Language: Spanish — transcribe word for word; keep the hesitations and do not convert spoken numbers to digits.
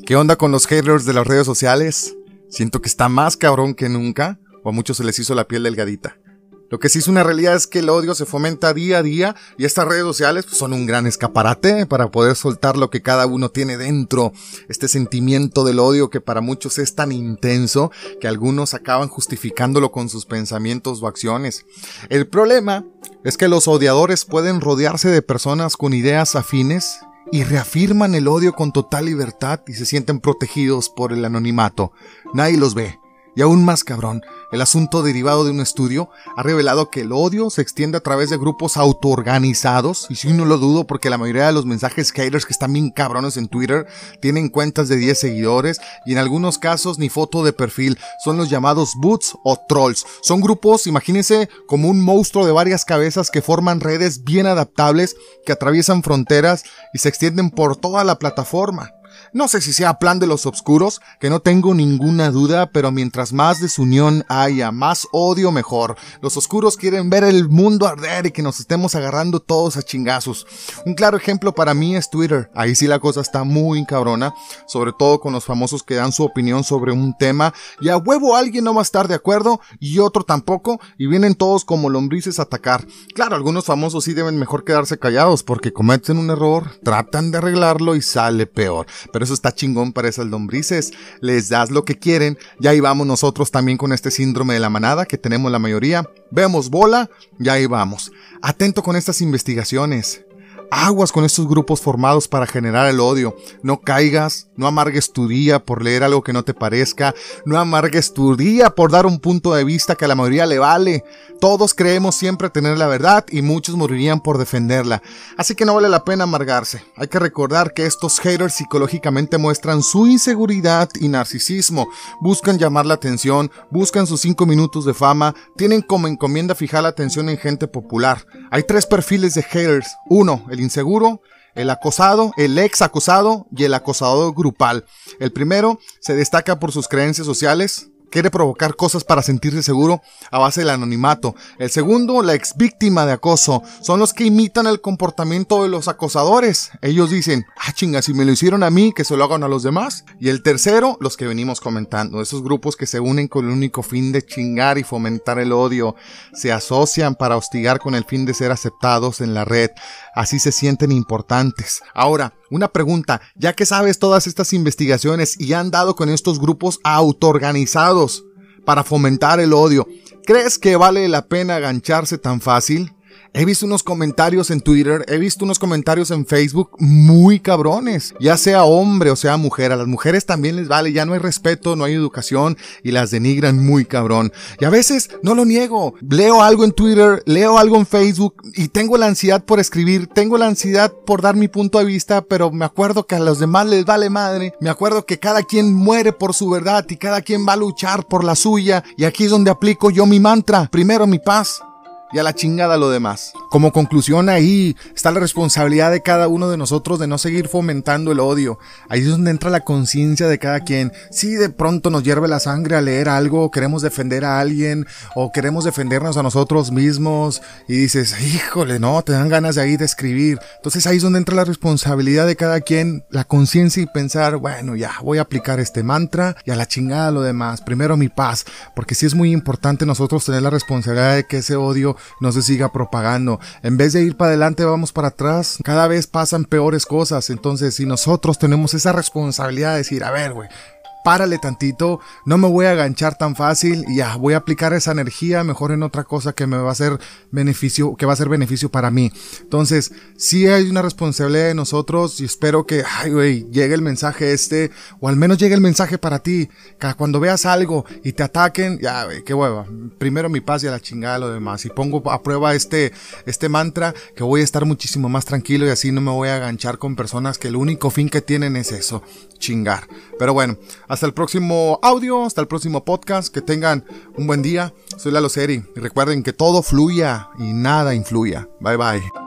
¿Qué onda con los haters de las redes sociales? Siento que está más cabrón que nunca, o a muchos se les hizo la piel delgadita. Lo que sí es una realidad es que el odio se fomenta día a día y estas redes sociales pues, son un gran escaparate para poder soltar lo que cada uno tiene dentro. Este sentimiento del odio que para muchos es tan intenso que algunos acaban justificándolo con sus pensamientos o acciones. El problema es que los odiadores pueden rodearse de personas con ideas afines y reafirman el odio con total libertad y se sienten protegidos por el anonimato. Nadie los ve. Y aún más cabrón, el asunto derivado de un estudio ha revelado que el odio se extiende a través de grupos autoorganizados, y sí, no lo dudo porque la mayoría de los mensajes haters que están bien cabrones en Twitter tienen cuentas de diez seguidores y en algunos casos ni foto de perfil, son los llamados bots o trolls. Son grupos, imagínense, como un monstruo de varias cabezas que forman redes bien adaptables que atraviesan fronteras y se extienden por toda la plataforma. No sé si sea plan de los obscuros, que no tengo ninguna duda, pero mientras más desunión haya, más odio mejor. Los oscuros quieren ver el mundo arder y que nos estemos agarrando todos a chingazos. Un claro ejemplo para mí es Twitter. Ahí sí la cosa está muy cabrona, sobre todo con los famosos que dan su opinión sobre un tema y a huevo alguien no va a estar de acuerdo y otro tampoco y vienen todos como lombrices a atacar. Claro, algunos famosos sí deben mejor quedarse callados porque cometen un error, tratan de arreglarlo y sale peor. Pero eso está chingón para esas lombrices, les das lo que quieren, y ahí vamos nosotros también con este síndrome de la manada que tenemos la mayoría, vemos bola, y ahí vamos. Atento con estas investigaciones. Aguas con estos grupos formados para generar el odio. No caigas, no amargues tu día por leer algo que no te parezca, no amargues tu día por dar un punto de vista que a la mayoría le vale. Todos creemos siempre tener la verdad y muchos morirían por defenderla. Así que no vale la pena amargarse. Hay que recordar que estos haters psicológicamente muestran su inseguridad y narcisismo. Buscan llamar la atención, buscan sus cinco minutos de fama, tienen como encomienda fijar la atención en gente popular. Hay tres perfiles de haters. Uno, el inseguro, el acosado, el ex acosado y el acosador grupal. El primero se destaca por sus creencias sociales. Quiere provocar cosas para sentirse seguro a base del anonimato. El segundo, la ex víctima de acoso. Son los que imitan el comportamiento de los acosadores. Ellos dicen, ah chinga, si me lo hicieron a mí, que se lo hagan a los demás. Y el tercero, los que venimos comentando. Esos grupos que se unen con el único fin de chingar y fomentar el odio. Se asocian para hostigar con el fin de ser aceptados en la red. Así se sienten importantes. Ahora, una pregunta, ya que sabes todas estas investigaciones y han dado con estos grupos autoorganizados para fomentar el odio, ¿crees que vale la pena agancharse tan fácil? He visto unos comentarios en Twitter, he visto unos comentarios en Facebook muy cabrones, ya sea hombre o sea mujer. A las mujeres también les vale, ya no hay respeto, no hay educación y las denigran muy cabrón. Y a veces, no lo niego, leo algo en Twitter, leo algo en Facebook y tengo la ansiedad por escribir, tengo la ansiedad por dar mi punto de vista, pero me acuerdo que a los demás les vale madre, me acuerdo que cada quien muere por su verdad y cada quien va a luchar por la suya, y aquí es donde aplico yo mi mantra, primero mi paz y a la chingada lo demás. Como conclusión, ahí está la responsabilidad de cada uno de nosotros de no seguir fomentando el odio. Ahí es donde entra la conciencia de cada quien. Si de pronto nos hierve la sangre al leer algo, queremos defender a alguien o queremos defendernos a nosotros mismos y dices, híjole, no, te dan ganas de ahí de escribir. Entonces ahí es donde entra la responsabilidad de cada quien, la conciencia y pensar, bueno, ya, voy a aplicar este mantra y a la chingada lo demás. Primero mi paz, porque sí es muy importante nosotros tener la responsabilidad de que ese odio no se siga propagando. En vez de ir para adelante, vamos para atrás. Cada vez pasan peores cosas. Entonces, si nosotros tenemos esa responsabilidad de decir, a ver, güey, párale tantito, no me voy a aganchar tan fácil y ya, voy a aplicar esa energía mejor en otra cosa que me va a hacer beneficio, que va a ser beneficio para mí. Entonces, sí hay una responsabilidad de nosotros y espero que, ay güey, llegue el mensaje este, o al menos llegue el mensaje para ti, que cuando veas algo y te ataquen, ya güey, qué hueva, primero mi paz y a la chingada lo demás, y pongo a prueba este, este mantra, que voy a estar muchísimo más tranquilo y así no me voy a aganchar con personas que el único fin que tienen es eso, chingar. Pero bueno, hasta el próximo audio, hasta el próximo podcast, que tengan un buen día. Soy Lalo Seri y recuerden que todo fluya y nada influya. Bye bye.